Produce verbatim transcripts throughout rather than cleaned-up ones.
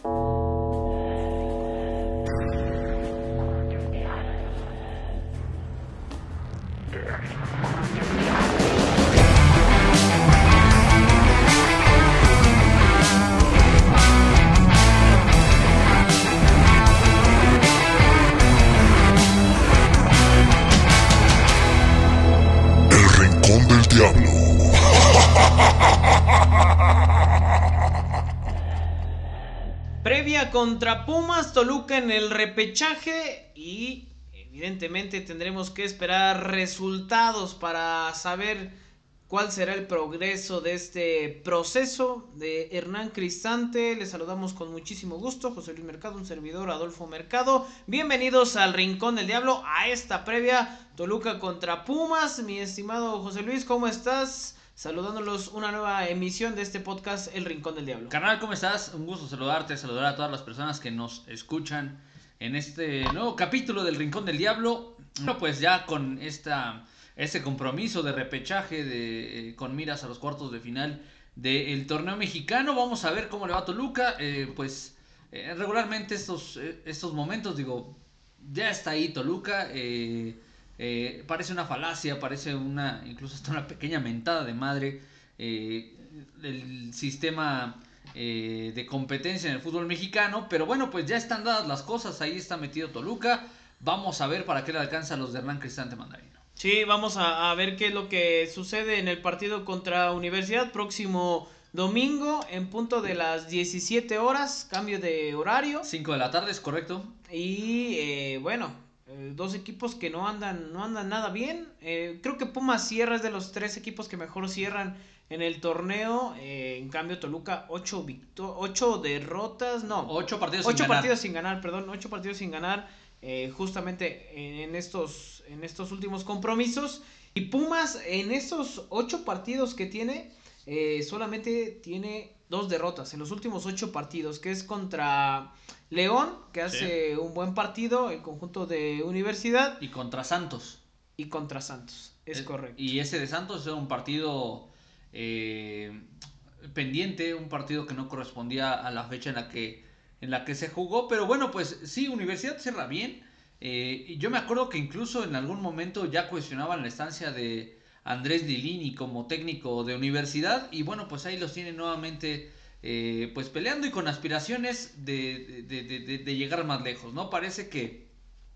Previa contra Pumas, Toluca en el repechaje y evidentemente tendremos que esperar resultados para saber cuál será el progreso de este proceso de Hernán Cristante. Les saludamos con muchísimo gusto, José Luis Mercado, un servidor, Adolfo Mercado. Bienvenidos al Rincón del Diablo, a esta previa Toluca contra Pumas. Mi estimado José Luis, ¿cómo estás? Saludándolos una nueva emisión de este podcast El Rincón del Diablo. Carnal, ¿cómo estás? Un gusto saludarte, saludar a todas las personas que nos escuchan en este nuevo capítulo del Rincón del Diablo. Bueno, pues ya con esta, este compromiso de repechaje de, eh, con miras a los cuartos de final del torneo mexicano, vamos a ver cómo le va a Toluca. Eh, pues eh, regularmente estos, eh, estos momentos, digo, ya está ahí Toluca. Eh, Eh, parece una falacia, parece una, incluso hasta una pequeña mentada de madre, eh, el sistema eh, de competencia en el fútbol mexicano, pero bueno, pues ya están dadas las cosas, ahí está metido Toluca, vamos a ver para qué le alcanza a los de Hernán Cristante Mandarino. Sí, vamos a, a ver qué es lo que sucede en el partido contra Universidad, próximo domingo en punto de las diecisiete horas, cambio de horario. cinco de la tarde, ¿es correcto? Y eh, bueno... Eh, dos equipos que no andan no andan nada bien. Eh, creo que Pumas cierra, es de los tres equipos que mejor cierran en el torneo. Eh, en cambio Toluca ocho, victo- ocho derrotas, no. Ocho partidos ocho sin ganar. partidos sin ganar, perdón, ocho partidos sin ganar. Eh, justamente en, en estos en estos últimos compromisos. Y Pumas en esos ocho partidos que tiene, eh, solamente tiene dos derrotas en los últimos ocho partidos, que es contra León, que hace sí. un buen partido, el conjunto de Universidad. Y contra Santos. Y contra Santos, es, es correcto. Y ese de Santos era un partido eh, pendiente, un partido que no correspondía a la fecha en la que, en la que se jugó. Pero bueno, pues sí, Universidad cierra bien. Eh, y yo me acuerdo que incluso en algún momento ya cuestionaban la estancia de Andrés Lilini como técnico de Universidad. Y bueno, pues ahí los tiene nuevamente... Eh, pues peleando y con aspiraciones de, de, de, de, de llegar más lejos, ¿no? Parece que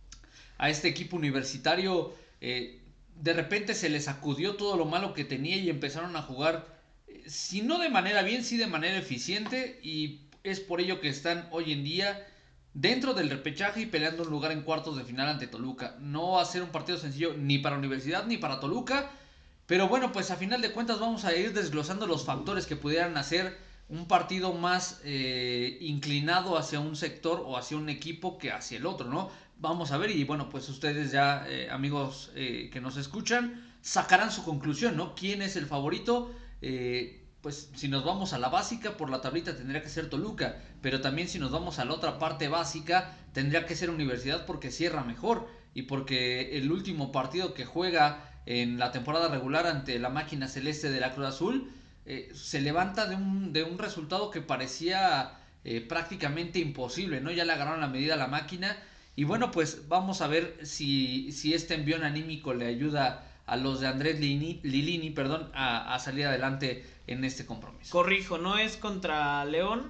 a este equipo universitario eh, de repente se les sacudió todo lo malo que tenía y empezaron a jugar, eh, si no de manera bien, sí de manera eficiente, y es por ello que están hoy en día dentro del repechaje y peleando un lugar en cuartos de final ante Toluca. No va a ser un partido sencillo ni para Universidad ni para Toluca, pero bueno, pues a final de cuentas vamos a ir desglosando los factores que pudieran hacer un partido más eh, inclinado hacia un sector o hacia un equipo que hacia el otro, ¿no? Vamos a ver, y bueno, pues ustedes ya, eh, amigos eh, que nos escuchan, sacarán su conclusión, ¿no? ¿Quién es el favorito? Eh, pues si nos vamos a la básica, por la tablita tendría que ser Toluca, pero también si nos vamos a la otra parte básica, tendría que ser Universidad porque cierra mejor, y porque el último partido que juega en la temporada regular ante la máquina celeste de la Cruz Azul, Eh, se levanta de un, de un resultado que parecía eh, prácticamente imposible, ¿no? Ya le agarraron la medida a la máquina y bueno, pues vamos a ver si, si este envión anímico le ayuda a los de Andrés Lilini, Lilini perdón, a, a salir adelante en este compromiso. Corrijo, no es contra León,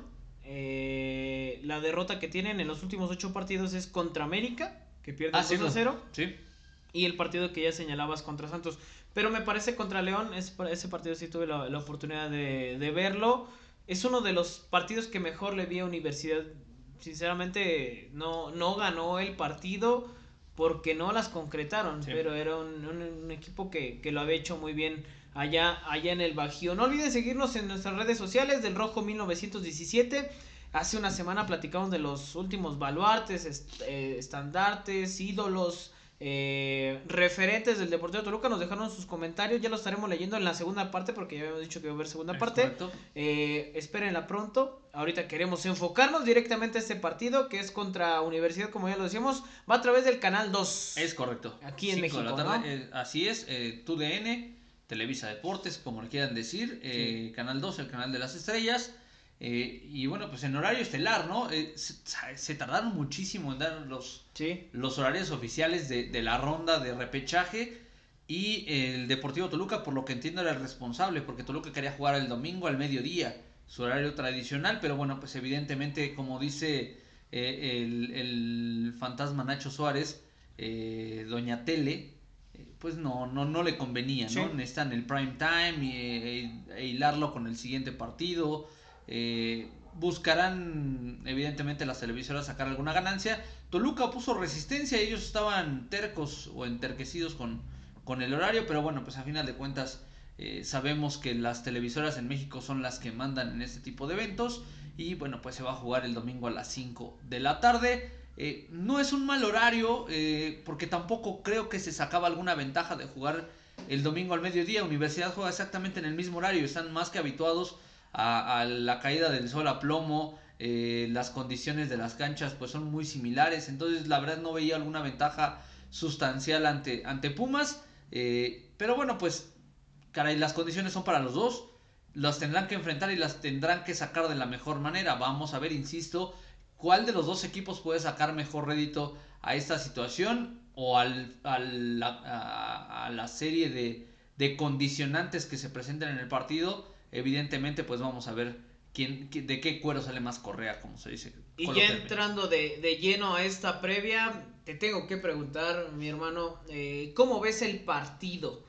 eh, la derrota que tienen en los últimos ocho partidos es contra América, que pierde ah, dos a cero, sí. Y el partido que ya señalabas contra Santos. Pero me parece contra León, es, ese partido sí tuve la, la oportunidad de, de verlo. Es uno de los partidos que mejor le vi a Universidad. Sinceramente, no, no ganó el partido porque no las concretaron. Sí. Pero era un, un, un equipo que, que lo había hecho muy bien allá, allá en el Bajío. No olviden seguirnos en nuestras redes sociales del Rojo mil novecientos diecisiete. Hace una semana platicamos de los últimos baluartes, est- eh, estandartes, ídolos... Eh, referentes del Deportivo Toluca. Nos dejaron sus comentarios, ya los estaremos leyendo en la segunda parte porque ya habíamos dicho que iba a haber segunda es parte. Eh, espérenla pronto. Ahorita queremos enfocarnos directamente a este partido que es contra Universidad, como ya lo decíamos, va a través del canal dos. Es correcto. Aquí en México, de la tarde, ¿no? eh, así es, eh, T U D N, Televisa Deportes, como le quieran decir, eh, sí. Canal dos, el canal de las estrellas. Eh, y bueno, pues en horario estelar, ¿no? Eh, se, se, tardaron muchísimo en dar los, sí. los horarios oficiales de, de la ronda de repechaje. Y el Deportivo Toluca, por lo que entiendo, era el responsable, porque Toluca quería jugar el domingo al mediodía, su horario tradicional, pero bueno, pues evidentemente, como dice eh, el, el fantasma Nacho Suárez, eh, Doña Tele, eh, pues no, no, no le convenía, Sí. ¿no? Necesitan el prime time y, e, e hilarlo con el siguiente partido. Eh, buscarán, evidentemente, las televisoras sacar alguna ganancia. Toluca puso resistencia, ellos estaban tercos o enterquecidos con, con el horario, pero bueno, pues a final de cuentas eh, sabemos que las televisoras en México son las que mandan en este tipo de eventos y bueno, pues se va a jugar el domingo a las cinco de la tarde. Eh, no es un mal horario eh, porque tampoco creo que se sacaba alguna ventaja de jugar el domingo al mediodía. Universidad juega exactamente en el mismo horario, están más que habituados a, a la caída del sol a plomo. Eh, las condiciones de las canchas pues son muy similares, entonces la verdad no veía alguna ventaja sustancial ante, ante Pumas. Eh, pero bueno, pues, caray, las condiciones son para los dos. Las tendrán que enfrentar y las tendrán que sacar de la mejor manera. Vamos a ver, insisto, cuál de los dos equipos puede sacar mejor rédito a esta situación o al, al, a, a, la serie de, de condicionantes que se presentan en el partido. Evidentemente, pues vamos a ver quién, de qué cuero sale más correa, como se dice. Y ya entrando de, de lleno a esta previa, te tengo que preguntar, mi hermano, eh, ¿cómo ves el partido?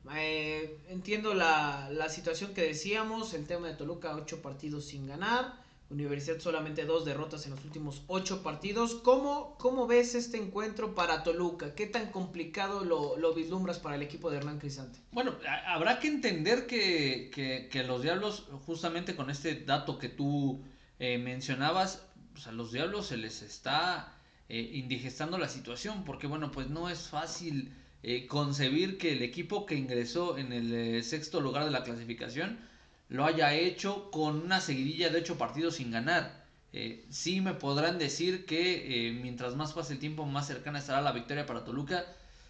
Eh, entiendo la, la situación que decíamos, el tema de Toluca, ocho partidos sin ganar, Universidad solamente dos derrotas en los últimos ocho partidos. ¿Cómo, cómo ves este encuentro para Toluca? ¿Qué tan complicado lo, lo vislumbras para el equipo de Hernán Cristante? Bueno, habrá que entender que, que, que los Diablos, justamente con este dato que tú eh, mencionabas, pues a los Diablos se les está eh, indigestando la situación, porque bueno, pues no es fácil eh, concebir que el equipo que ingresó en el eh, sexto lugar de la clasificación lo haya hecho con una seguidilla de ocho partidos sin ganar. Eh, sí me podrán decir que eh, mientras más pase el tiempo, más cercana estará la victoria para Toluca,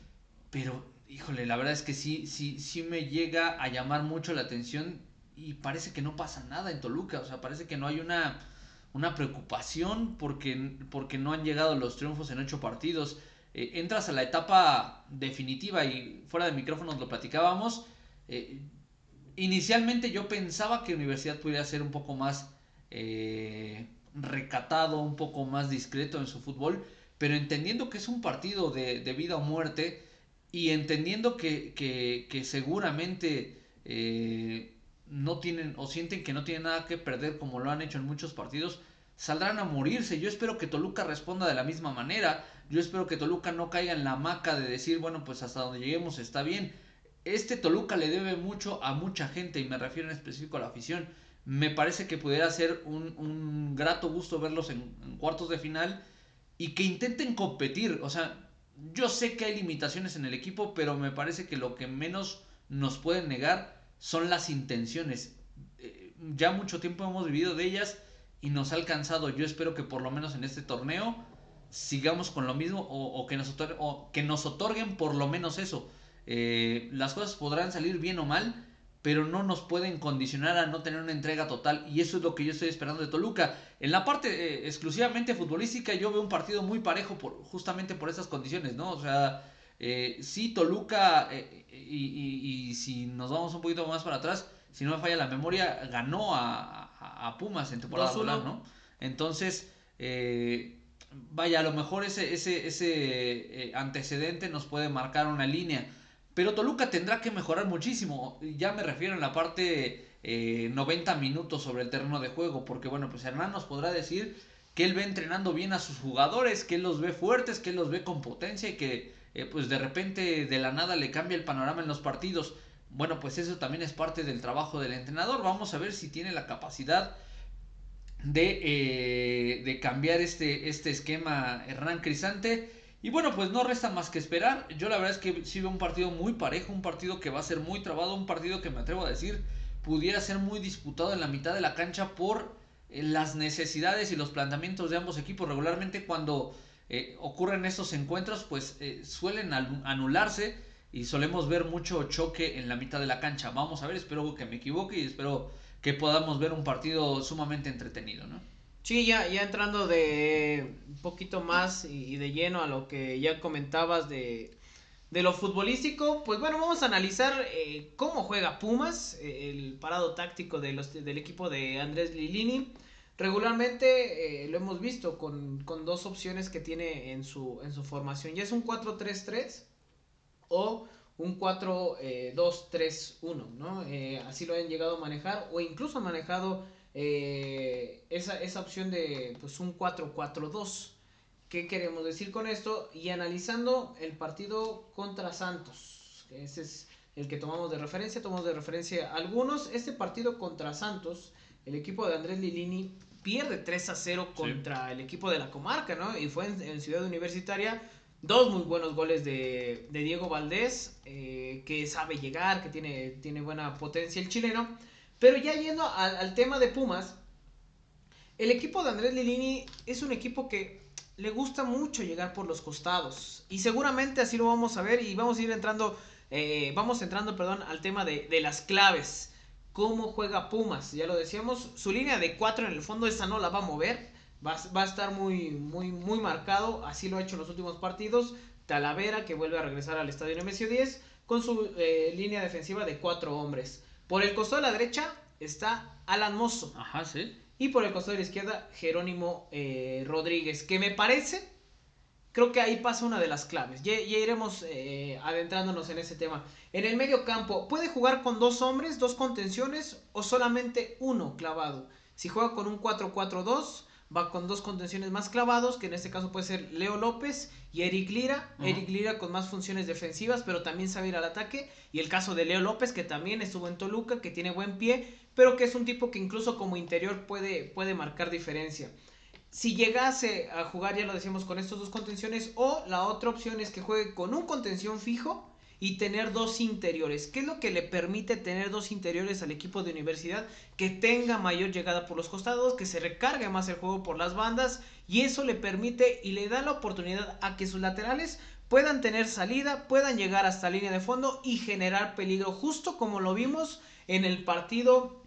pero híjole, la verdad es que sí, sí, sí me llega a llamar mucho la atención y parece que no pasa nada en Toluca, o sea, parece que no hay una, una preocupación porque, porque no han llegado los triunfos en ocho partidos. Eh, entras a la etapa definitiva y fuera de micrófonos lo platicábamos. Eh, inicialmente yo pensaba que Universidad pudiera ser un poco más eh, recatado, un poco más discreto en su fútbol, pero entendiendo que es un partido de, de vida o muerte y entendiendo que, que, que seguramente eh, no tienen o sienten que no tienen nada que perder como lo han hecho en muchos partidos, saldrán a morirse. Yo espero que Toluca responda de la misma manera. Yo espero que Toluca no caiga en la hamaca de decir, bueno, pues hasta donde lleguemos está bien. Este Toluca le debe mucho a mucha gente y me refiero en específico a la afición. Me parece que pudiera ser un, un grato gusto verlos en, en cuartos de final y que intenten competir. O sea, yo sé que hay limitaciones en el equipo, pero me parece que lo que menos nos pueden negar son las intenciones. Eh, ya mucho tiempo hemos vivido de ellas y nos ha alcanzado. Yo espero que por lo menos en este torneo sigamos con lo mismo o, o, que, nos otorguen, o que nos otorguen por lo menos eso. Eh, las cosas podrán salir bien o mal, pero no nos pueden condicionar a no tener una entrega total y eso es lo que yo estoy esperando de Toluca. En la parte eh, exclusivamente futbolística yo veo un partido muy parejo por, justamente por esas condiciones, ¿no? O sea, eh, sí Toluca eh, y, y, y si nos vamos un poquito más para atrás, si no me falla la memoria, ganó a, a, a Pumas en temporada regular, ¿no? Entonces, eh, vaya, a lo mejor ese, ese, ese eh, antecedente nos puede marcar una línea. Pero Toluca tendrá que mejorar muchísimo. Ya me refiero en la parte eh, noventa minutos sobre el terreno de juego. Porque bueno, pues Hernán nos podrá decir que él ve entrenando bien a sus jugadores, que él los ve fuertes, que él los ve con potencia y que eh, pues de repente de la nada le cambia el panorama en los partidos. Bueno, pues eso también es parte del trabajo del entrenador. Vamos a ver si tiene la capacidad de, eh, de cambiar este, este esquema Hernán Cristante. Y bueno, pues no resta más que esperar. Yo la verdad es que sí veo un partido muy parejo, un partido que va a ser muy trabado, un partido que me atrevo a decir pudiera ser muy disputado en la mitad de la cancha por eh, las necesidades y los planteamientos de ambos equipos. Regularmente cuando eh, ocurren estos encuentros, pues eh, suelen anularse y solemos ver mucho choque en la mitad de la cancha. Vamos a ver, espero que me equivoque y espero que podamos ver un partido sumamente entretenido, ¿no? Sí, ya, ya entrando de un poquito más y, y de lleno a lo que ya comentabas de, de lo futbolístico, pues bueno, vamos a analizar eh, cómo juega Pumas, eh, el parado táctico de los, del equipo de Andrés Lilini. Regularmente eh, lo hemos visto con, con dos opciones que tiene en su, en su formación. Ya es un cuatro tres tres o un cuatro dos tres uno, ¿no? Eh, así lo han llegado a manejar o incluso han manejado eh, esa, esa opción de pues un cuatro cuatro dos. ¿Qué queremos decir con esto? Y analizando el partido contra Santos, que ese es el que tomamos de referencia, tomamos de referencia algunos. Este partido contra Santos, el equipo de Andrés Lilini pierde tres a cero contra sí. el equipo de la comarca, ¿no? Y fue en, en Ciudad Universitaria. Dos muy buenos goles de, de Diego Valdés, eh, que sabe llegar, que tiene, tiene buena potencia el chileno. Pero ya yendo al, al tema de Pumas, el equipo de Andrés Lilini es un equipo que le gusta mucho llegar por los costados. Y seguramente así lo vamos a ver y vamos a ir entrando, eh, vamos entrando, perdón, al tema de, de las claves. Cómo juega Pumas, ya lo decíamos, su línea de cuatro en el fondo, esa no la va a mover. Va, va a estar muy, muy, muy marcado, así lo ha hecho en los últimos partidos. Talavera, que vuelve a regresar al estadio Nemesio diez, con su eh, línea defensiva de cuatro hombres. Por el costado de la derecha está Alan Mozo. Ajá, sí. Y por el costado de la izquierda, Jerónimo eh, Rodríguez, que me parece, creo que ahí pasa una de las claves. Ya, ya iremos eh, adentrándonos en ese tema. En el medio campo, ¿puede jugar con dos hombres, dos contenciones o solamente uno clavado? Si juega con un cuatro cuatro dos, va con dos contenciones más clavados, que en este caso puede ser Leo López y Eric Lira. Uh-huh. Eric Lira con más funciones defensivas, pero también sabe ir al ataque. Y el caso de Leo López, que también estuvo en Toluca, que tiene buen pie, pero que es un tipo que incluso como interior puede, puede marcar diferencia. Si llegase a jugar, ya lo decíamos, con estos dos contenciones, o la otra opción es que juegue con un contención fijo y tener dos interiores. ¿Qué es lo que le permite tener dos interiores al equipo de Universidad? Que tenga mayor llegada por los costados, que se recargue más el juego por las bandas, y eso le permite y le da la oportunidad a que sus laterales puedan tener salida, puedan llegar hasta línea de fondo y generar peligro, justo como lo vimos en el partido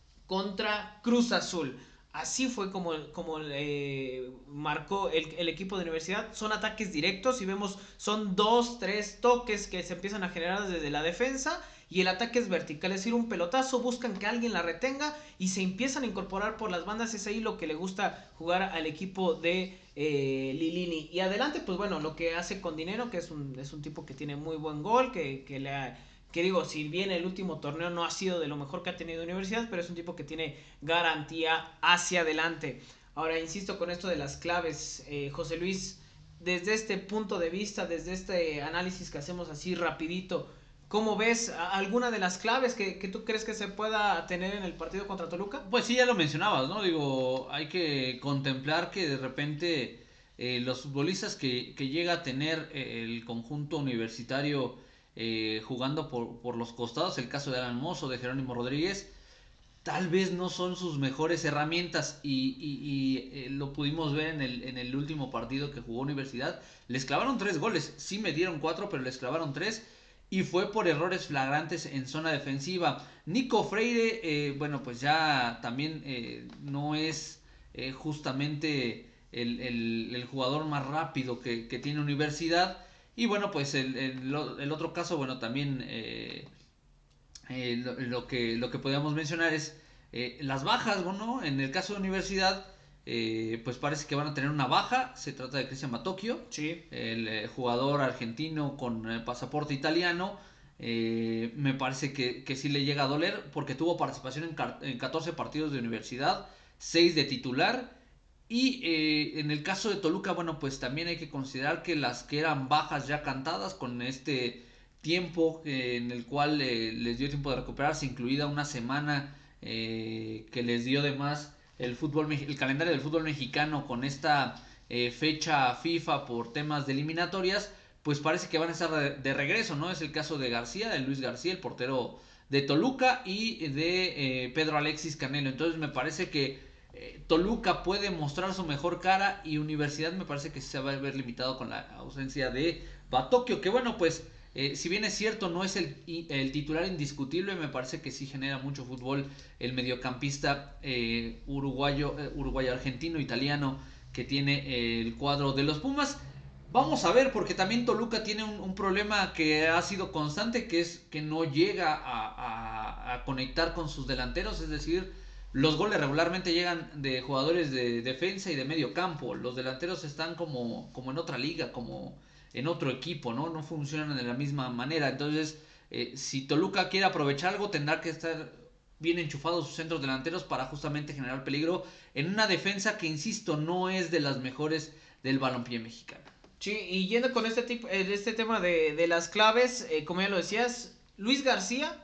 contra Cruz Azul. Así fue como, como eh, marcó el, el equipo de Universidad. Son ataques directos y vemos, son dos, tres toques que se empiezan a generar desde la defensa. Y el ataque es vertical, es decir, un pelotazo, buscan que alguien la retenga y se empiezan a incorporar por las bandas. Es ahí lo que le gusta jugar al equipo de eh, Lilini. Y adelante, pues bueno, lo que hace con Dinero, que es un, es un tipo que tiene muy buen gol, que, que le ha... que digo, si bien el último torneo no ha sido de lo mejor que ha tenido Universidad, pero es un tipo que tiene garantía hacia adelante. Ahora, insisto con esto de las claves, eh, José Luis, desde este punto de vista, desde este análisis que hacemos así rapidito, ¿cómo ves alguna de las claves que, que tú crees que se pueda tener en el partido contra Toluca? Pues sí, ya lo mencionabas, ¿no? Digo, hay que contemplar que de repente eh, los futbolistas que, que llega a tener eh, el conjunto universitario Eh, jugando por, por los costados, el caso de Alan Mozo, de Jerónimo Rodríguez, tal vez no son sus mejores herramientas y, y, y eh, lo pudimos ver en el, en el último partido que jugó Universidad. Les clavaron tres goles, sí metieron cuatro, pero les clavaron tres y fue por errores flagrantes en zona defensiva. Nico Freire, eh, bueno, pues ya también eh, no es eh, justamente el, el, el jugador más rápido que, que tiene Universidad. Y bueno, pues el, el, el otro caso, bueno, también eh, eh, lo, lo, que, lo que podríamos mencionar es eh, las bajas, bueno, en el caso de Universidad, eh, pues parece que van a tener una baja, se trata de Cristian Batocchio, sí. el eh, jugador argentino con eh, pasaporte italiano, eh, me parece que, que sí le llega a doler porque tuvo participación en, en catorce partidos de Universidad, seis de titular. Y eh, en el caso de Toluca, bueno, pues también hay que considerar que las que eran bajas ya cantadas con este tiempo eh, en el cual eh, les dio tiempo de recuperarse, incluida una semana eh, que les dio además el fútbol el calendario del fútbol mexicano con esta eh, fecha FIFA por temas de eliminatorias, pues parece que van a estar de, de regreso, ¿no? Es el caso de García, de Luis García, el portero de Toluca, y de eh, Pedro Alexis Canelo. Entonces me parece que Toluca puede mostrar su mejor cara y Universidad me parece que se va a ver limitado con la ausencia de Batocchio, que bueno, pues Eh, si bien es cierto, no es el, el titular indiscutible, me parece que sí genera mucho fútbol el mediocampista eh, uruguayo, eh, uruguayo, argentino, italiano que tiene eh, el cuadro de los Pumas. Vamos a ver, porque también Toluca tiene un, un problema que ha sido constante, que es que no llega a, a, a conectar con sus delanteros, es decir, los goles regularmente llegan de jugadores de defensa y de medio campo. Los delanteros están como, como en otra liga, como en otro equipo, ¿no? No funcionan de la misma manera. Entonces, eh, si Toluca quiere aprovechar algo, tendrá que estar bien enchufados sus centros delanteros para justamente generar peligro en una defensa que, insisto, no es de las mejores del balompié mexicano. Sí, y yendo con este tipo, eh, este tema de, de las claves, eh, como ya lo decías, Luis García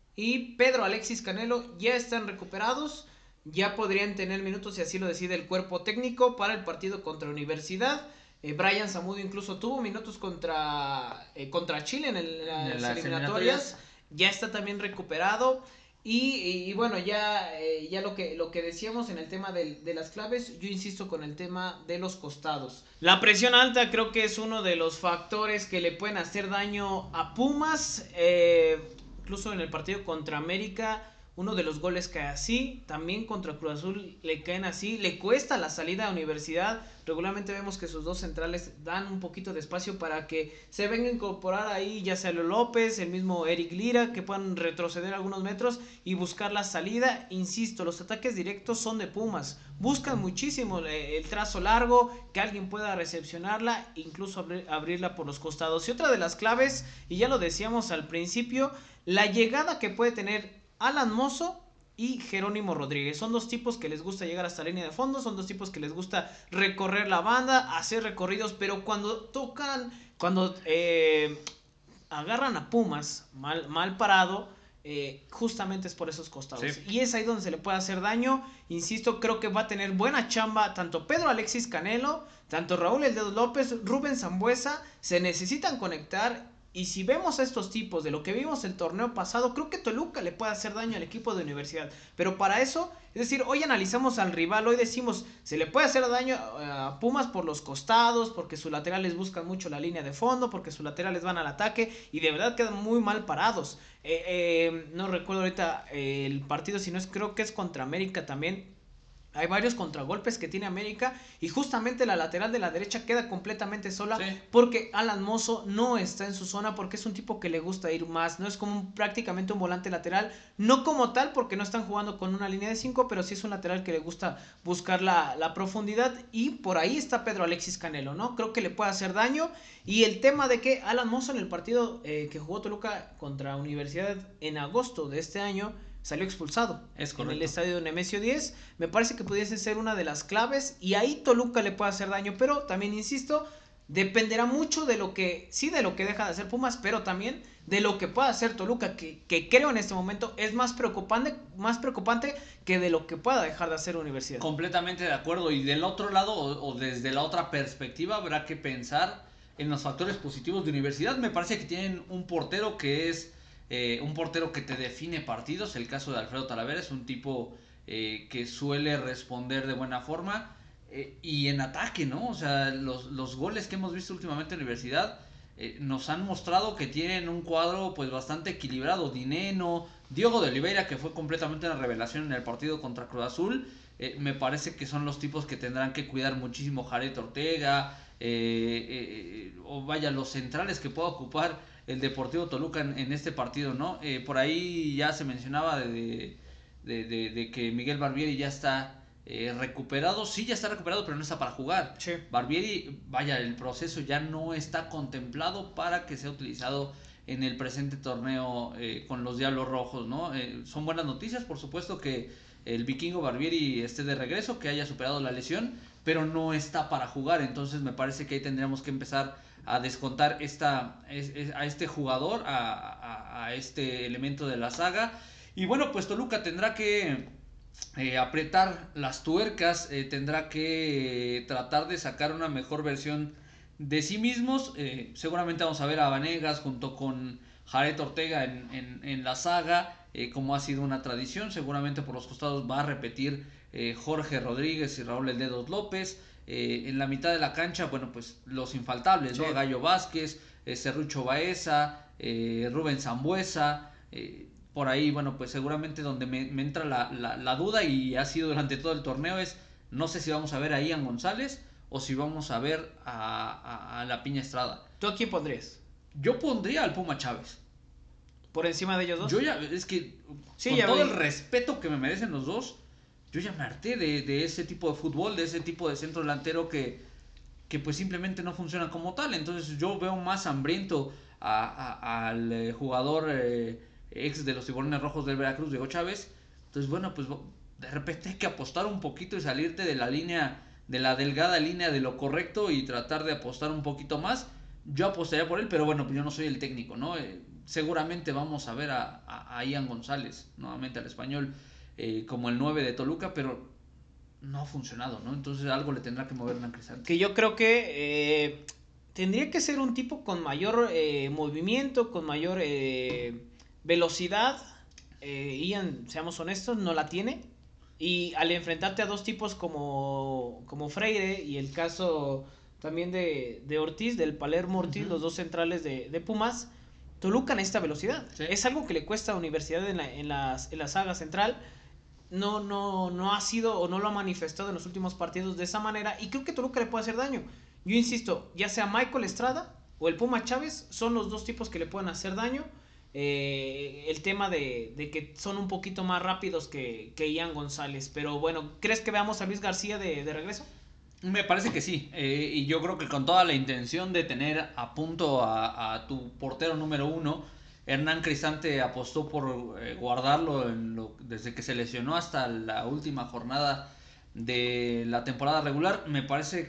y Pedro Alexis Canelo ya están recuperados, ya podrían tener minutos si así lo decide el cuerpo técnico para el partido contra Universidad. Eh, Brian Zamudio incluso tuvo minutos contra, eh, contra Chile en, el, en las, en las eliminatorias. eliminatorias, ya está también recuperado. Y, y, y bueno, ya, eh, ya lo que lo que decíamos en el tema de, de las claves, yo insisto con el tema de los costados. La presión alta creo que es uno de los factores que le pueden hacer daño a Pumas. Eh, incluso en el partido contra América, uno de los goles cae así. También contra Cruz Azul le caen así. Le cuesta la salida a Universidad. Regularmente vemos que sus dos centrales dan un poquito de espacio para que se venga a incorporar ahí, ya sea Leo López, el mismo Eric Lira, que puedan retroceder algunos metros y buscar la salida. Insisto, los ataques directos son de Pumas. Buscan muchísimo el trazo largo, que alguien pueda recepcionarla, incluso abrir, abrirla por los costados. Y otra de las claves, y ya lo decíamos al principio, la llegada que puede tener Alan Mozo y Jerónimo Rodríguez. Son dos tipos que les gusta llegar hasta la línea de fondo, son dos tipos que les gusta recorrer la banda, hacer recorridos, pero cuando tocan, cuando eh, agarran a Pumas mal, mal parado, eh, justamente es por esos costados. Sí. Y es ahí donde se le puede hacer daño. Insisto, creo que va a tener buena chamba tanto Pedro Alexis Canelo, tanto Raúl El Dedo López, Rubén Sambuesa, se necesitan conectar. Y si vemos a estos tipos de lo que vimos el torneo pasado, creo que Toluca le puede hacer daño al equipo de Universidad. Pero para eso, es decir, hoy analizamos al rival, hoy decimos, se le puede hacer daño a Pumas por los costados, porque sus laterales buscan mucho la línea de fondo, porque sus laterales van al ataque y de verdad quedan muy mal parados. Eh, eh, no recuerdo ahorita eh, el partido, si no es, creo que es contra América también. Hay varios contragolpes que tiene América y justamente la lateral de la derecha queda completamente sola, sí, porque Alan Mozo no está en su zona, porque es un tipo que le gusta ir más, no es como un, prácticamente un volante lateral, no como tal porque no están jugando con una línea de cinco, pero sí es un lateral que le gusta buscar la, la profundidad y por ahí está Pedro Alexis Canelo, ¿no? Creo que le puede hacer daño y el tema de que Alan Mozo en el partido eh, que jugó Toluca contra Universidad en agosto de este año salió expulsado es en el estadio Nemesio diez. Me parece que pudiese ser una de las claves y ahí Toluca le puede hacer daño, pero también insisto, dependerá mucho de lo que, sí, de lo que deja de hacer Pumas, pero también de lo que pueda hacer Toluca, que, que creo en este momento es más preocupante, más preocupante que de lo que pueda dejar de hacer Universidad. Completamente de acuerdo, y del otro lado o, o desde la otra perspectiva habrá que pensar en los factores positivos de Universidad. Me parece que tienen un portero que es Eh, un portero que te define partidos. El caso de Alfredo Talavera es un tipo eh, que suele responder de buena forma eh, y en ataque, ¿no? O sea, los, los goles que hemos visto últimamente en la Universidad eh, nos han mostrado que tienen un cuadro pues bastante equilibrado. Dineno, Diogo de Oliveira, que fue completamente una revelación en el partido contra Cruz Azul, eh, me parece que son los tipos que tendrán que cuidar muchísimo Jared Ortega, eh, eh, o vaya, los centrales que pueda ocupar el Deportivo Toluca en, en este partido, ¿no? Eh, por ahí ya se mencionaba de, de, de, de que Miguel Barbieri ya está eh, recuperado. Sí, ya está recuperado, pero no está para jugar. Sí. Barbieri, vaya, el proceso ya no está contemplado para que sea utilizado en el presente torneo eh, con los Diablos Rojos, ¿no? Eh, son buenas noticias, por supuesto, que el vikingo Barbieri esté de regreso, que haya superado la lesión, pero no está para jugar. Entonces me parece que ahí tendríamos que empezar a descontar esta, a este jugador, a, a, a este elemento de la saga. Y bueno, pues Toluca tendrá que eh, apretar las tuercas, eh, tendrá que eh, tratar de sacar una mejor versión de sí mismos. Eh, seguramente vamos a ver a Vanegas junto con Jared Ortega en, en, en la saga, eh, como ha sido una tradición. Seguramente por los costados va a repetir eh, Jorge Rodríguez y Raúl El Dedos López. Eh, en la mitad de la cancha, bueno, pues los infaltables, ¿no? Sí. Gallo Vázquez, eh, Serrucho Baeza, eh, Rubén Zambuesa, eh, por ahí, bueno, pues seguramente donde me, me entra la, la, la duda y ha sido durante todo el torneo es, no sé si vamos a ver a Ian González o si vamos a ver a, a, a la Piña Estrada. ¿Tú a quién pondrías? Yo pondría al Puma Chávez. ¿Por encima de ellos Yo dos? ya, es que Sí, con ya todo vi. el respeto que me merecen los dos, yo ya me harté de, de ese tipo de fútbol, de ese tipo de centro delantero que, que pues simplemente no funciona como tal. Entonces yo veo más hambriento a, a, al eh, jugador eh, ex de los Tiburones Rojos del Veracruz, Diego Chávez. Entonces bueno, pues de repente hay que apostar un poquito y salirte de la línea, de la delgada línea de lo correcto y tratar de apostar un poquito más. Yo apostaría por él, pero bueno, pues yo no soy el técnico, ¿no? Eh, seguramente vamos a ver a, a, a Ian González, nuevamente al español, eh, como el nueve de Toluca, pero no ha funcionado, ¿no? Entonces algo le tendrá que mover Hernán Cristante. Que yo creo que eh, tendría que ser un tipo con mayor eh, movimiento, con mayor eh, velocidad. Eh, Ian, seamos honestos, no la tiene. Y al enfrentarte a dos tipos como, como Freire y el caso también de, de Ortiz, del Palermo Ortiz, uh-huh. los dos centrales de, de Pumas, Toluca necesita velocidad. Sí. Es algo que le cuesta a Universidad en la, en las, en la saga central. No, no, no ha sido o no lo ha manifestado en los últimos partidos de esa manera y creo que Toluca le puede hacer daño. Yo insisto, ya sea Michael Estrada o el Puma Chávez, son los dos tipos que le pueden hacer daño. Eh, el tema de, de que son un poquito más rápidos que, que Ian González. Pero bueno, ¿crees que veamos a Luis García de, de regreso? Me parece que sí, eh, y yo creo que con toda la intención de tener a punto a, a tu portero número uno, Hernán Cristante apostó por eh, guardarlo en lo, desde que se lesionó hasta la última jornada de la temporada regular. Me parece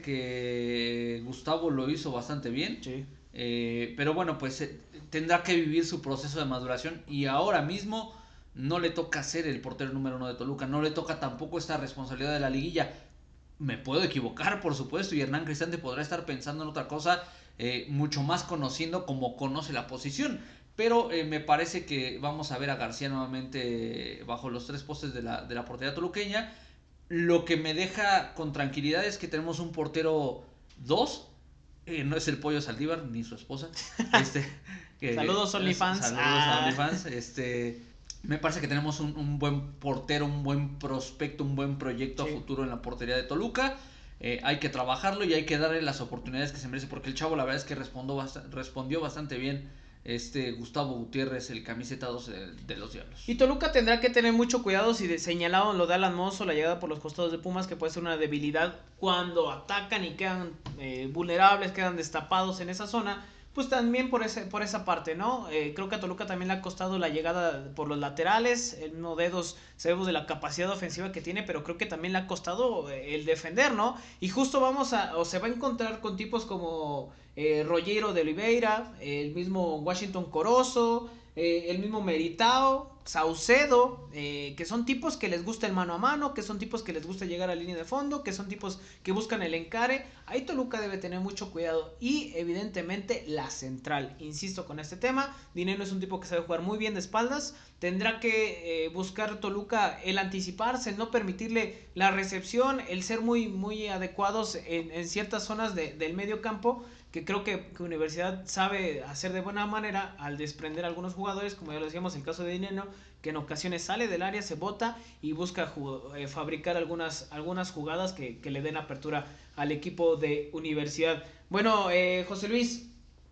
que Gustavo lo hizo bastante bien, sí. eh, pero bueno, pues eh, tendrá que vivir su proceso de maduración y ahora mismo no le toca ser el portero número uno de Toluca, no le toca tampoco esta responsabilidad de la liguilla. Me puedo equivocar, por supuesto, y Hernán Cristante podrá estar pensando en otra cosa, eh, mucho más conociendo como conoce la posición. Pero eh, me parece que vamos a ver a García nuevamente bajo los tres postes de la, de la portería toluqueña. Lo que me deja con tranquilidad es que tenemos un portero dos. Eh, no es el Pollo Saldívar ni su esposa. Este, que, saludos OnlyFans. Saludos ah. a OnlyFans. Este, me parece que tenemos un, un buen portero, un buen prospecto, un buen proyecto sí. a futuro en la portería de Toluca. Eh, hay que trabajarlo y hay que darle las oportunidades que se merece, porque el chavo la verdad es que respondió, bast- respondió bastante bien. Este Gustavo Gutiérrez, el camiseta doce de, de los Diablos. Y Toluca tendrá que tener mucho cuidado si de, señalado lo de Alan Mozo, la llegada por los costados de Pumas, que puede ser una debilidad cuando atacan y quedan eh, vulnerables, quedan destapados en esa zona. Pues también por ese por esa parte, ¿no? Eh, creo que a Toluca también le ha costado la llegada por los laterales. El mismo Dedos, sabemos de la capacidad ofensiva que tiene, pero creo que también le ha costado el defender, ¿no? Y justo vamos a, o se va a encontrar con tipos como eh, Rogero de Oliveira, el mismo Washington Corozo, eh, el mismo Meritao, Saucedo, eh, que son tipos que les gusta el mano a mano, que son tipos que les gusta llegar a línea de fondo, que son tipos que buscan el encare. Ahí Toluca debe tener mucho cuidado y evidentemente la central, insisto con este tema, Dineno es un tipo que sabe jugar muy bien de espaldas, tendrá que eh, buscar Toluca el anticiparse, el no permitirle la recepción, el ser muy, muy adecuados en, en ciertas zonas de, del medio campo, que creo que, que Universidad sabe hacer de buena manera al desprender a algunos jugadores, como ya lo decíamos, el caso de Dineno, que en ocasiones sale del área, se bota y busca eh, fabricar algunas, algunas jugadas que, que le den apertura al equipo de Universidad. Bueno, eh, José Luis,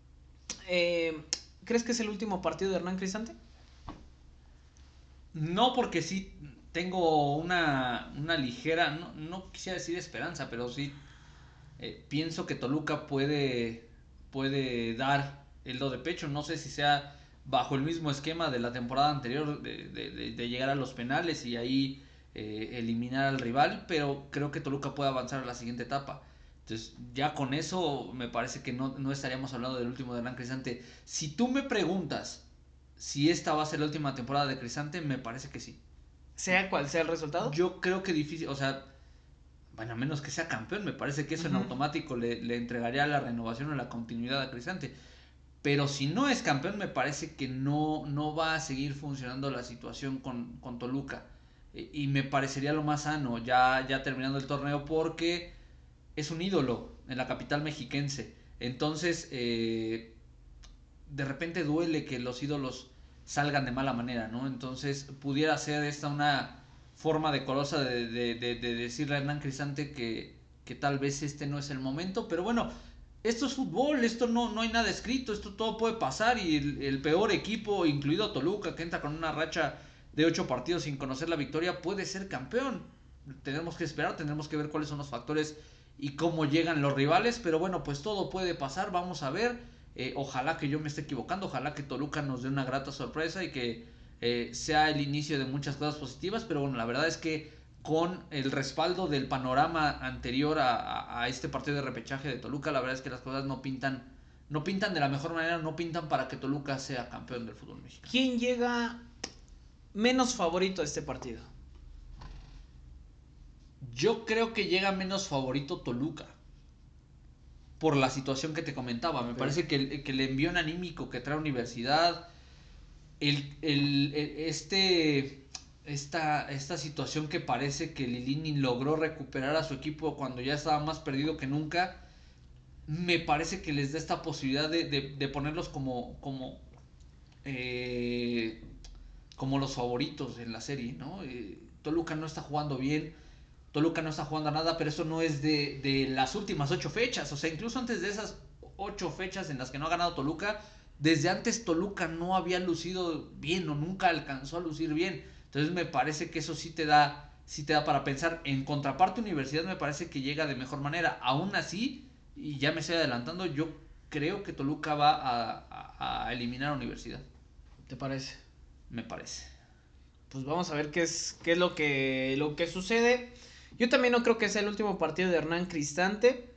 eh, ¿crees que es el último partido de Hernán Cristante? No, porque sí tengo una, una ligera, no, no quisiera decir esperanza, pero sí eh, pienso que Toluca puede, puede dar el do de pecho. No sé si sea bajo el mismo esquema de la temporada anterior de, de, de, de llegar a los penales y ahí eh, eliminar al rival, pero creo que Toluca puede avanzar a la siguiente etapa. Entonces ya con eso me parece que no, no estaríamos hablando del último de Hernán Cristante. Si tú me preguntas si esta va a ser la última temporada de Cristante, me parece que sí. Sea cual sea el resultado. Yo creo que difícil, o sea, bueno, a menos que sea campeón, me parece que eso uh-huh. en automático le, le entregaría la renovación o la continuidad a Cristante. Pero si no es campeón, me parece que no, no va a seguir funcionando la situación con, con Toluca. Y me parecería lo más sano ya, ya terminando el torneo, porque es un ídolo en la capital mexiquense. Entonces, eh, de repente duele que los ídolos salgan de mala manera, ¿no? Entonces, pudiera ser esta una forma decorosa de, de, de, de decirle a Hernán Cristante que, que tal vez este no es el momento, pero bueno, esto es fútbol, esto no, no hay nada escrito, esto todo puede pasar y el, el peor equipo, incluido Toluca, que entra con una racha de ocho partidos sin conocer la victoria, puede ser campeón. Tenemos que esperar, tendremos que ver cuáles son los factores y cómo llegan los rivales, pero bueno, pues todo puede pasar, vamos a ver. Eh, ojalá que yo me esté equivocando, ojalá que Toluca nos dé una grata sorpresa y que eh, sea el inicio de muchas cosas positivas, pero bueno, la verdad es que con el respaldo del panorama anterior a, a, a este partido de repechaje de Toluca, la verdad es que las cosas no pintan, no pintan de la mejor manera, no pintan para que Toluca sea campeón del fútbol mexicano. ¿Quién llega menos favorito a este partido? Yo creo que llega menos favorito Toluca. Por la situación que te comentaba. Me sí. parece que el, que el envión anímico que trae Universidad, el, el, el, este, esta, esta situación que parece que Lilini logró recuperar a su equipo cuando ya estaba más perdido que nunca, me parece que les da esta posibilidad de, de, de ponerlos como, como, eh, como los favoritos en la serie, ¿no? Eh, Toluca no está jugando bien. Toluca no está jugando a nada, pero eso no es de, de las últimas ocho fechas. O sea, incluso antes de esas ocho fechas en las que no ha ganado Toluca, desde antes Toluca no había lucido bien o nunca alcanzó a lucir bien. Entonces me parece que eso sí te da, sí te da para pensar. En contraparte, Universidad me parece que llega de mejor manera. Aún así, y ya me estoy adelantando, yo creo que Toluca va a, a, a eliminar a Universidad. ¿Te parece? Me parece. Pues vamos a ver qué es, qué es lo que, lo que sucede. Yo también no creo que sea el último partido de Hernán Cristante.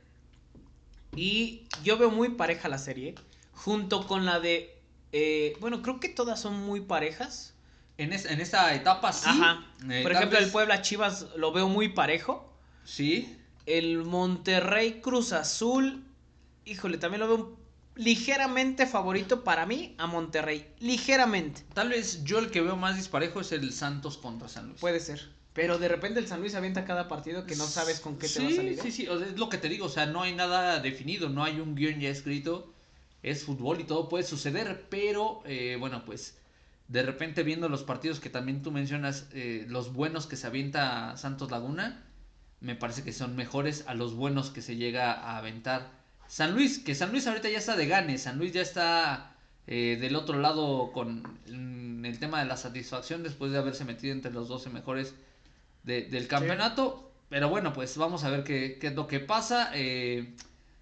Y yo veo muy pareja la serie. Junto con la de... Eh, bueno, creo que todas son muy parejas. En, es, en esta etapa sí. Ajá. Eh, Por ejemplo, vez... el Puebla Chivas lo veo muy parejo. Sí. El Monterrey Cruz Azul. Híjole, también lo veo ligeramente favorito para mí a Monterrey. Ligeramente. Tal vez yo el que veo más disparejo es el Santos contra San Luis. Puede ser. Pero de repente el San Luis avienta cada partido que no sabes con qué sí, te va a salir. ¿eh? Sí, sí, o sea, es lo que te digo, o sea, no hay nada definido, no hay un guión ya escrito, es fútbol y todo puede suceder, pero eh, bueno, pues de repente viendo los partidos que también tú mencionas, eh, los buenos que se avienta Santos Laguna, me parece que son mejores a los buenos que se llega a aventar San Luis, que San Luis ahorita ya está de gane, San Luis ya está eh, del otro lado con mm, el tema de la satisfacción después de haberse metido entre los doce mejores De, del campeonato, sí. Pero bueno, pues vamos a ver qué, qué es lo que pasa. Eh,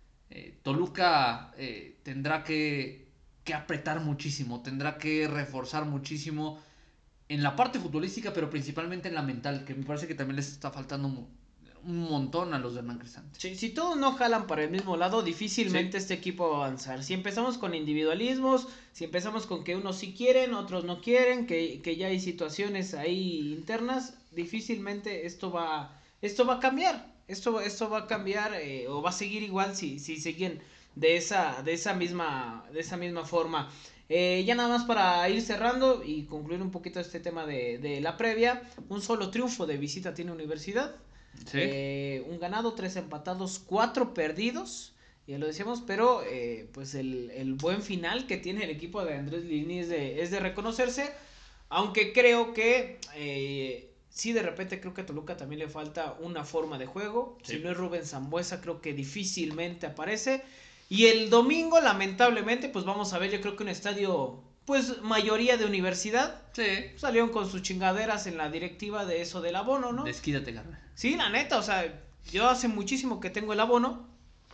eh, Toluca eh, tendrá que, que apretar muchísimo, tendrá que reforzar muchísimo en la parte futbolística, pero principalmente en la mental, que me parece que también les está faltando un, un montón a los de Hernán Cristante. Sí, si todos no jalan para el mismo lado, difícilmente sí. este equipo va a avanzar. Si empezamos con individualismos, si empezamos con que unos sí quieren, otros no quieren, que, que ya hay situaciones ahí internas, difícilmente esto va esto va a cambiar. Esto, esto va a cambiar eh, o va a seguir igual si, si siguen de esa, de esa misma, de esa misma forma. Eh, ya nada más para ir cerrando y concluir un poquito este tema de, de la previa. Un solo triunfo de visita tiene Universidad. ¿Sí? Eh, un ganado, tres empatados, cuatro perdidos. Ya lo decíamos, pero eh, pues el, el buen final que tiene el equipo de Andrés Lilini es de, es de reconocerse. Aunque creo que eh, sí, de repente creo que a Toluca también le falta una forma de juego. Sí. Si no es Rubén Sambueza, creo que difícilmente aparece. Y el domingo, lamentablemente, pues vamos a ver, yo creo que un estadio, pues mayoría de Universidad. Sí. Salieron con sus chingaderas en la directiva de eso del abono, ¿no? Desquítate, carnal. Sí, la neta, o sea, yo hace muchísimo que tengo el abono.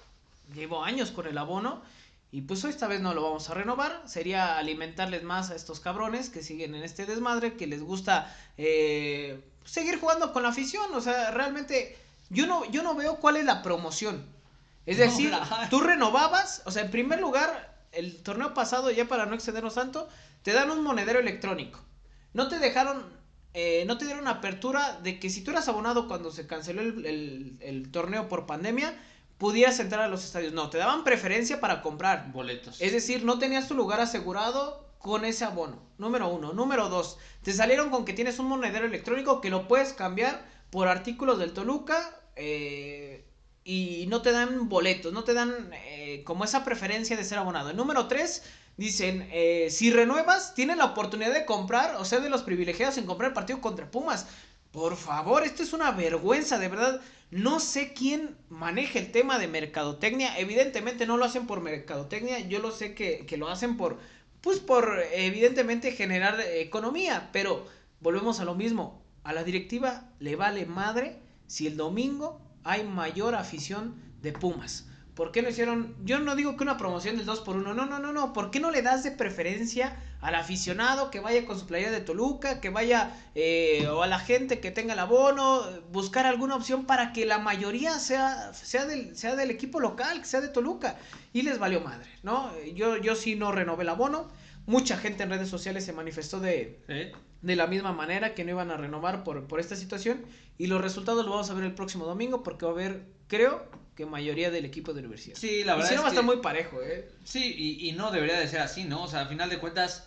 Llevo años con el abono. Y pues esta vez no lo vamos a renovar. Sería alimentarles más a estos cabrones que siguen en este desmadre, que les gusta eh, seguir jugando con la afición. O sea, realmente yo no, yo no veo cuál es la promoción. Es decir, no, tú renovabas, o sea, en primer lugar, el torneo pasado, ya para no excedernos tanto, te dan un monedero electrónico. No te dejaron, eh, no te dieron apertura de que si tú eras abonado cuando se canceló el, el, el torneo por pandemia, pudieras entrar a los estadios. No, te daban preferencia para comprar boletos. Es decir, no tenías tu lugar asegurado con ese abono. Número uno. Número dos, te salieron con que tienes un monedero electrónico que lo puedes cambiar por artículos del Toluca, eh, y no te dan boletos, no te dan eh, como esa preferencia de ser abonado. El número tres, dicen, eh, si renuevas, tienes la oportunidad de comprar, o sea, de los privilegiados en comprar el partido contra Pumas. Por favor, esto es una vergüenza, de verdad. No sé quién maneja el tema de mercadotecnia. Evidentemente no lo hacen por mercadotecnia. Yo lo sé que, que lo hacen por, pues por, evidentemente, generar economía. Pero volvemos a lo mismo. A la directiva le vale madre si el domingo hay mayor afición de Pumas. ¿Por qué no hicieron? Yo no digo que una promoción del dos por uno, no, no, no, no. ¿Por qué no le das de preferencia al aficionado que vaya con su playera de Toluca, que vaya, eh, o a la gente que tenga el abono, buscar alguna opción para que la mayoría sea, sea, del, sea del equipo local, que sea de Toluca? Y les valió madre, ¿no? Yo, yo sí no renové el abono. Mucha gente en redes sociales se manifestó de, ¿Eh? de la misma manera, que no iban a renovar por, por esta situación. Y los resultados los vamos a ver el próximo domingo, porque va a haber, creo, que mayoría del equipo de universidad. Sí, la verdad. Y si no, es va a que... estar muy parejo, ¿eh? Sí, y, y no debería de ser así, ¿no? O sea, al final de cuentas,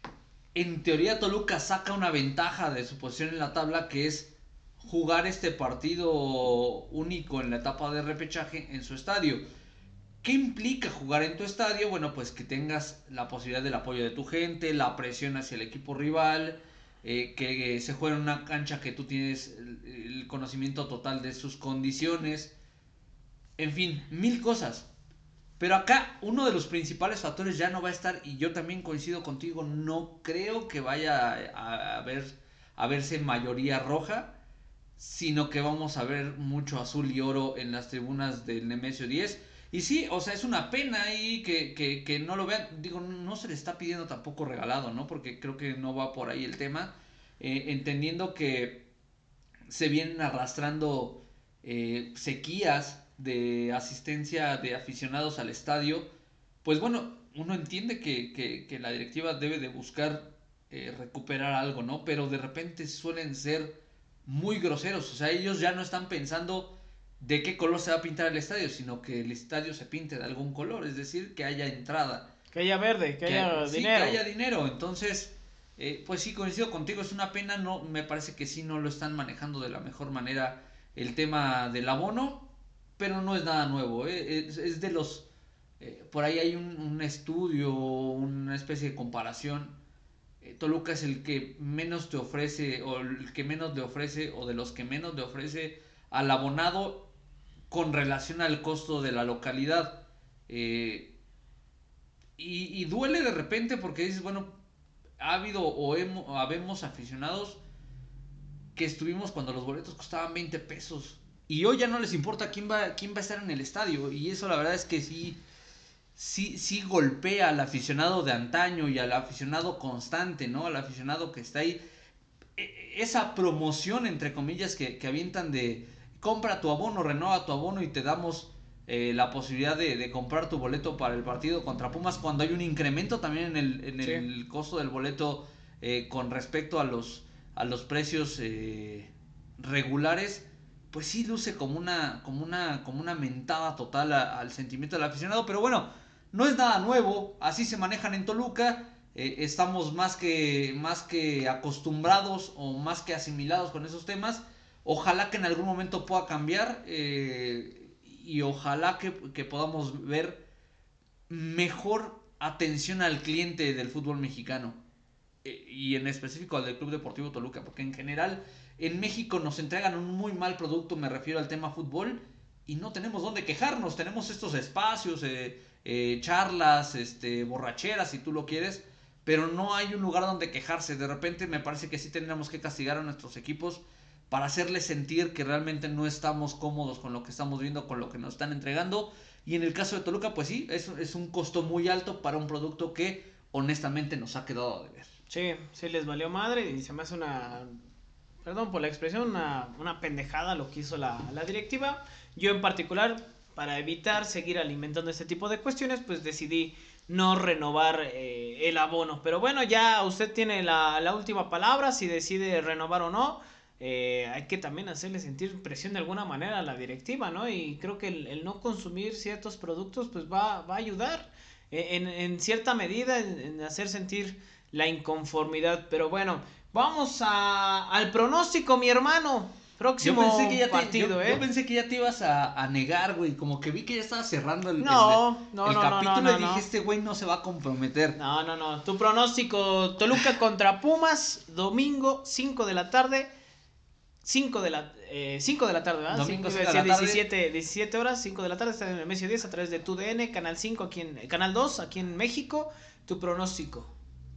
en teoría Toluca saca una ventaja de su posición en la tabla, que es jugar este partido único en la etapa de repechaje en su estadio. ¿Qué implica jugar en tu estadio? Bueno, pues que tengas la posibilidad del apoyo de tu gente, la presión hacia el equipo rival, eh, que se juegue en una cancha que tú tienes el, el conocimiento total de sus condiciones, en fin, mil cosas. Pero acá uno de los principales factores ya no va a estar, y yo también coincido contigo, no creo que vaya a, a, ver, a verse mayoría roja, sino que vamos a ver mucho azul y oro en las tribunas del Nemesio diez. Y sí, o sea, es una pena ahí que, que, que no lo vean. Digo, no se le está pidiendo tampoco regalado, ¿no? Porque creo que no va por ahí el tema. Eh, entendiendo que se vienen arrastrando eh, sequías de asistencia de aficionados al estadio. Pues bueno, uno entiende que, que, que la directiva debe de buscar eh, recuperar algo, ¿no? Pero de repente suelen ser muy groseros. O sea, ellos ya no están pensando de qué color se va a pintar el estadio, sino que el estadio se pinte de algún color, es decir, que haya entrada. Que haya verde, que, que haya sí, dinero. Que haya dinero. Entonces, eh, pues sí, coincido contigo, es una pena, no, me parece que sí no lo están manejando de la mejor manera el tema del abono, pero no es nada nuevo, ¿eh? es, es de los... Eh, por ahí hay un, un estudio, una especie de comparación. Eh, Toluca es el que menos te ofrece, o el que menos le ofrece, o de los que menos le ofrece al abonado con relación al costo de la localidad. Eh, y, y duele de repente porque dices, bueno, ha habido o, hemos, o habemos aficionados que estuvimos cuando los boletos costaban veinte pesos. Y hoy ya no les importa quién va, quién va a estar en el estadio. Y eso la verdad es que sí, sí, sí golpea al aficionado de antaño y al aficionado constante, ¿no? Al aficionado que está ahí. Esa promoción, entre comillas, que, que avientan de compra tu abono, renueva tu abono y te damos eh, la posibilidad de, de comprar tu boleto para el partido contra Pumas, cuando hay un incremento también en el, en el sí. costo del boleto eh, con respecto a los, a los precios eh, regulares, pues sí luce como una, como una, como una mentada total a, al sentimiento del aficionado. Pero bueno, no es nada nuevo, así se manejan en Toluca. Eh, estamos más que, más que acostumbrados o más que asimilados con esos temas. Ojalá que en algún momento pueda cambiar eh, y ojalá que, que podamos ver mejor atención al cliente del fútbol mexicano eh, y en específico al del Club Deportivo Toluca, porque en general en México nos entregan un muy mal producto, me refiero al tema fútbol, y no tenemos dónde quejarnos. Tenemos estos espacios, eh, eh, charlas, este, borracheras si tú lo quieres, pero no hay un lugar donde quejarse. De repente me parece que sí tendríamos que castigar a nuestros equipos para hacerles sentir que realmente no estamos cómodos con lo que estamos viendo, con lo que nos están entregando. Y en el caso de Toluca, pues sí, es, es un costo muy alto para un producto que honestamente nos ha quedado a deber. Sí, sí les valió madre y se me hace una... Perdón por la expresión, una, una pendejada lo que hizo la, la directiva. Yo en particular, para evitar seguir alimentando este tipo de cuestiones, pues decidí no renovar eh, el abono. Pero bueno, ya usted tiene la, la última palabra, si decide renovar o no. Eh, hay que también hacerle sentir presión de alguna manera a la directiva, ¿no? Y creo que el, el no consumir ciertos productos pues va, va a ayudar en, en cierta medida en, en hacer sentir la inconformidad. Pero bueno, vamos a, al pronóstico, mi hermano. Próximo yo pensé que ya te, partido, yo, ¿eh? Yo pensé que ya te ibas a, a negar, güey. Como que vi que ya estaba cerrando el, no, el, no, el no, capítulo no, no, y dije, no. este güey no se va a comprometer. No, no, no. Tu pronóstico, Toluca contra Pumas, domingo, cinco de la tarde. cinco de la, eh, cinco de la tarde, ¿verdad? Domingo, cinco cinco de la tarde. diecisiete, diecisiete horas, cinco de la tarde, está en el Mesio diez a través de Tu D N, Canal cinco aquí en, Canal dos aquí en México. Tu pronóstico.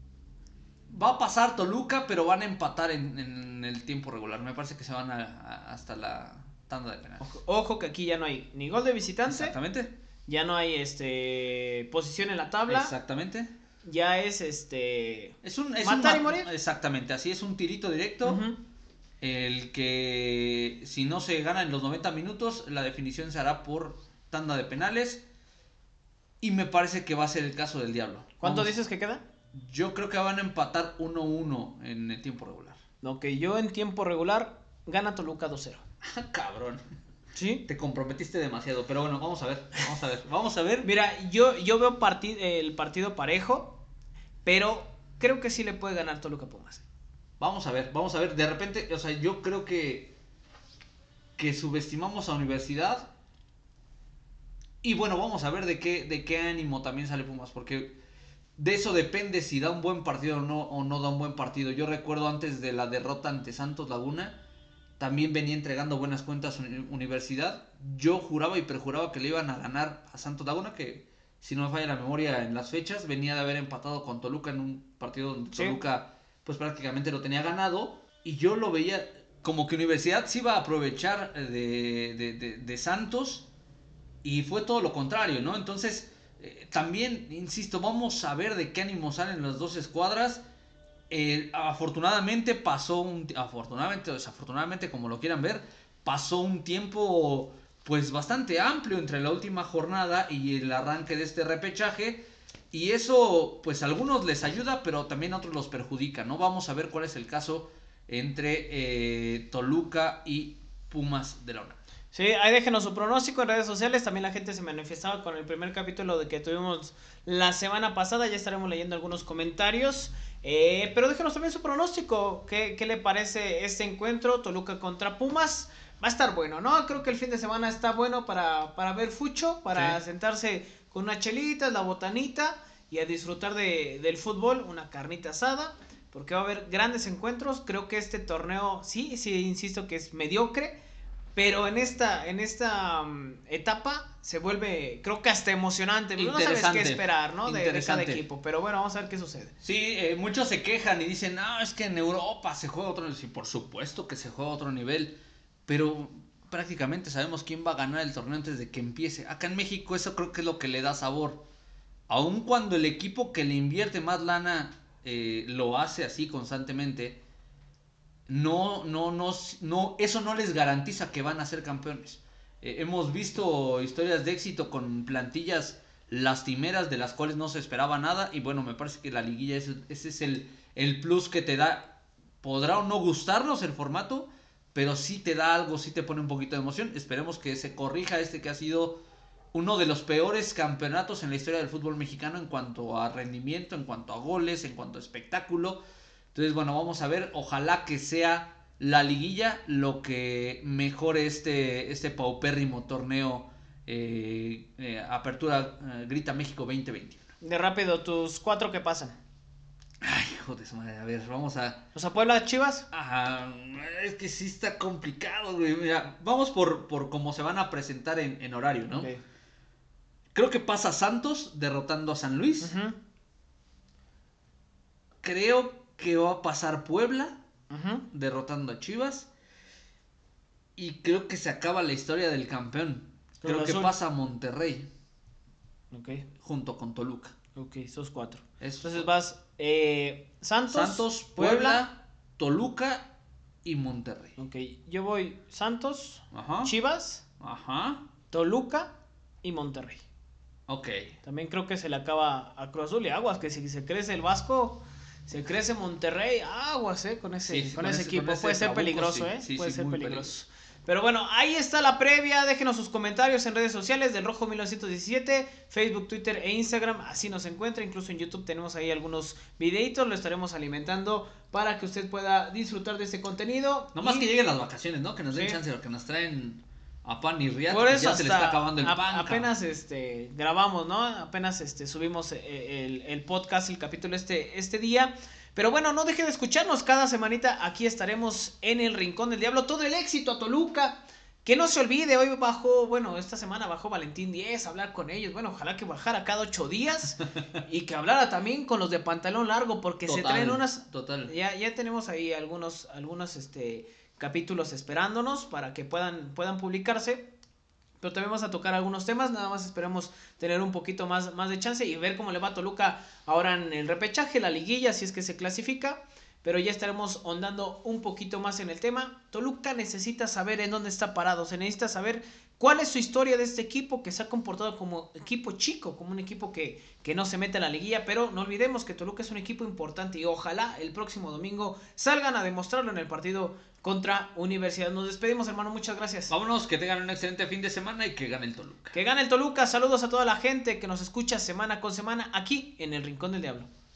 Va a pasar Toluca, pero van a empatar en, en el tiempo regular. Me parece que se van a, a, hasta la tanda de penales. Ojo, ojo que aquí ya no hay ni gol de visitante. Exactamente. Ya no hay este posición en la tabla. Exactamente. Ya es este Es un es matar un, y morir. Exactamente, así es un tirito directo. Uh-huh. El que si no se gana en los noventa minutos, la definición se hará por tanda de penales. Y me parece que va a ser el caso del Diablo. ¿Cuánto Vamos, dices que queda? Yo creo que van a empatar uno uno en el tiempo regular. Ok, yo en tiempo regular gana Toluca dos cero. Cabrón. ¿Sí? Te comprometiste demasiado, pero bueno, vamos a ver, vamos a ver, vamos a ver. Mira, yo, yo veo parti- el partido parejo, pero creo que sí le puede ganar Toluca Pumas. Vamos a ver, vamos a ver. De repente, o sea, yo creo que que subestimamos a Universidad. Y bueno, vamos a ver de qué de qué ánimo también sale Pumas, porque de eso depende si da un buen partido o no o no da un buen partido. Yo recuerdo antes de la derrota ante Santos Laguna, también venía entregando buenas cuentas a Universidad. Yo juraba y perjuraba que le iban a ganar a Santos Laguna, que si no me falla la memoria en las fechas, venía de haber empatado con Toluca en un partido donde Sí. Toluca pues prácticamente lo tenía ganado. Y yo lo veía como que Universidad se iba a aprovechar de, de, de, de Santos, y fue todo lo contrario, ¿no? Entonces, eh, también, insisto, vamos a ver de qué ánimo salen las dos escuadras. Eh, afortunadamente pasó un afortunadamente o desafortunadamente, como lo quieran ver, pasó un tiempo pues bastante amplio entre la última jornada y el arranque de este repechaje, y eso pues a algunos les ayuda, pero también a otros los perjudica, ¿no? Vamos a ver cuál es el caso entre eh, Toluca y Pumas de la UNAM. Sí, ahí déjenos su pronóstico en redes sociales. También la gente se manifestaba con el primer capítulo de que tuvimos la semana pasada. Ya estaremos leyendo algunos comentarios. Eh, pero déjenos también su pronóstico. ¿Qué, ¿Qué le parece este encuentro? Toluca contra Pumas. Va a estar bueno, ¿no? Creo que el fin de semana está bueno para, para ver fucho, para Sí. sentarse con unas chelitas, la botanita y a disfrutar de, del fútbol, una carnita asada. Porque va a haber grandes encuentros. Creo que este torneo, sí, sí, insisto que es mediocre. Pero en esta, en esta um, etapa se vuelve, creo que hasta emocionante. No sabes qué Interesante, esperar, ¿no? De, de cada interesante. equipo. Pero bueno, vamos a ver qué sucede. Sí, eh, muchos se quejan y dicen, no, es que en Europa se juega a otro nivel. Sí, por supuesto que se juega a otro nivel, pero prácticamente sabemos quién va a ganar el torneo antes de que empiece. Acá en México eso creo que es lo que le da sabor. Aun cuando el equipo que le invierte más lana eh, lo hace así constantemente, no, no, no, no, eso no les garantiza que van a ser campeones. Eh, hemos visto historias de éxito con plantillas lastimeras de las cuales no se esperaba nada, y bueno, me parece que la liguilla es, ese es el, el plus que te da. Podrá o no gustarnos el formato, pero sí te da algo, sí te pone un poquito de emoción. Esperemos que se corrija este que ha sido uno de los peores campeonatos en la historia del fútbol mexicano en cuanto a rendimiento, en cuanto a goles, en cuanto a espectáculo. Entonces, bueno, vamos a ver, ojalá que sea la liguilla lo que mejore este, este paupérrimo torneo eh, eh, Apertura eh, Grita México veinte veintiuno. De rápido, tus cuatro que pasan. Ay, hijo de su madre, a ver, vamos a... ¿Los a Puebla, Chivas? Ah, es que sí está complicado, güey. Mira, vamos por, por cómo se van a presentar en, en horario, ¿no? Okay. Creo que pasa Santos derrotando a San Luis. Uh-huh. Creo que va a pasar Puebla Uh-huh. derrotando a Chivas. Y creo que se acaba la historia del campeón. Cruz Creo que Azul. pasa Monterrey Ok, junto con Toluca. ok, esos cuatro. Eso Entonces fue. vas eh, Santos, Santos, Puebla, Toluca y Monterrey. Ok, yo voy Santos, Ajá. Chivas, Ajá. Toluca y Monterrey. Ok. También creo que se le acaba a Cruz Azul y aguas, que si se crece el Vasco, se crece Monterrey, aguas, eh, con ese, Sí, con con ese ese- equipo. con ese Puede ser trabuco, peligroso, sí, eh. sí, Puede sí, ser muy peligroso. Pero bueno, ahí está la previa. Déjenos sus comentarios en redes sociales del Rojo mil novecientos diecisiete, Facebook, Twitter e Instagram. Así nos encuentra. Incluso en YouTube tenemos ahí algunos videitos. Lo estaremos alimentando para que usted pueda disfrutar de este contenido. No más y... que lleguen las vacaciones, ¿no? Que nos den sí. chance, porque nos traen a pan y riata. Por eso ya se le está acabando el a, pan. apenas este, grabamos, ¿no? Apenas este, subimos el, el, el podcast, el capítulo este, este día. Pero bueno, no deje de escucharnos cada semanita. Aquí estaremos en el Rincón del Diablo. Todo el éxito a Toluca. Que no se olvide, hoy bajó, bueno, esta semana bajó Valentín Díez a hablar con ellos. Bueno, ojalá que bajara cada ocho días y que hablara también con los de pantalón largo, porque total, se traen unas... Total. Ya, ya tenemos ahí algunos, algunos este, capítulos esperándonos para que puedan, puedan publicarse. Pero también vamos a tocar algunos temas, nada más esperamos tener un poquito más, más de chance y ver cómo le va a Toluca ahora en el repechaje, la liguilla, si es que se clasifica. Pero ya estaremos ahondando un poquito más en el tema. Toluca necesita saber en dónde está parado, se necesita saber cuál es su historia de este equipo que se ha comportado como equipo chico, como un equipo que, que no se mete a la liguilla. Pero no olvidemos que Toluca es un equipo importante y ojalá el próximo domingo salgan a demostrarlo en el partido contra Universidad. Nos despedimos, hermano, muchas gracias. Vámonos, que tengan un excelente fin de semana y que gane el Toluca. Que gane el Toluca. Saludos a toda la gente que nos escucha semana con semana aquí en el Rincón del Diablo.